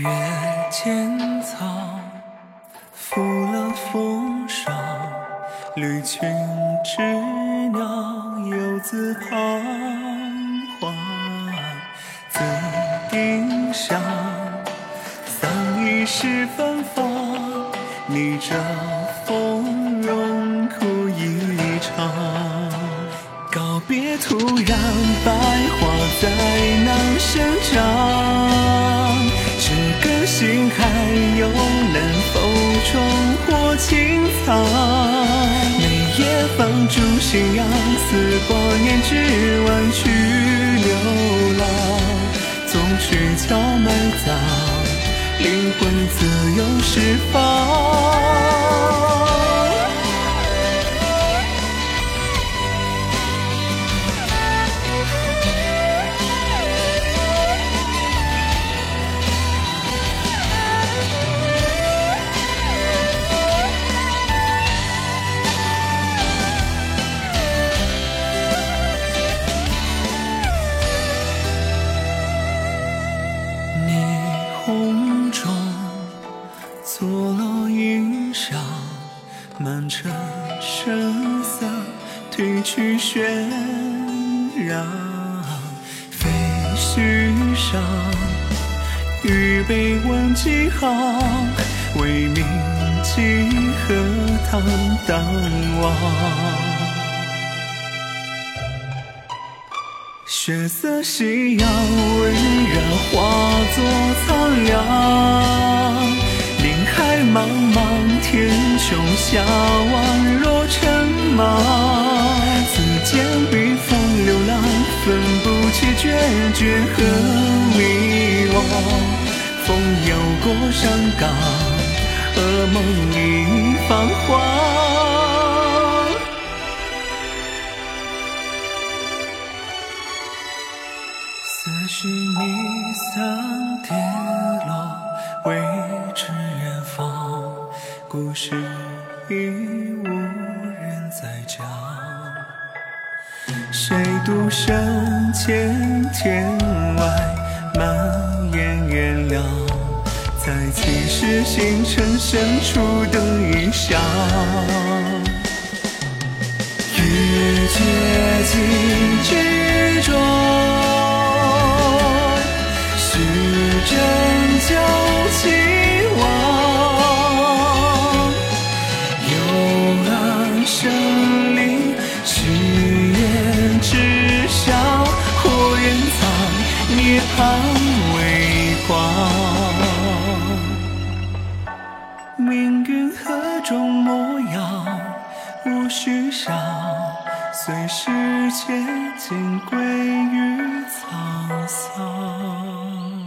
月间草，拂了风霜，绿裙织鸟游子彷徨。紫丁香，桑衣十芬芳，逆着风荣哭一场。告别土壤，百花再难生长。这个心还有能否重获青苍？每夜放逐信仰，似光年之外去流浪。总去敲埋葬，灵魂自由释放。错落衣裳，满城声色褪去喧嚷。废墟上，预备问几行，为民几何堂当望。血色夕阳温热化作苍凉。林海茫茫，天穹下望若尘茫。此间笔锋流浪，分不清决绝和迷惘。风游过山岗，噩梦已泛黄。思绪弥散跌落，未知远方，故事已无人再讲。谁独身前天外，漫延原谅，在其时星辰深处等一响。月阶镜之中，虚真旧情往，幽暗生灵，虚言之上，火焰藏，涅槃微光。命运何种模样，无需想，随时间尽归于沧桑。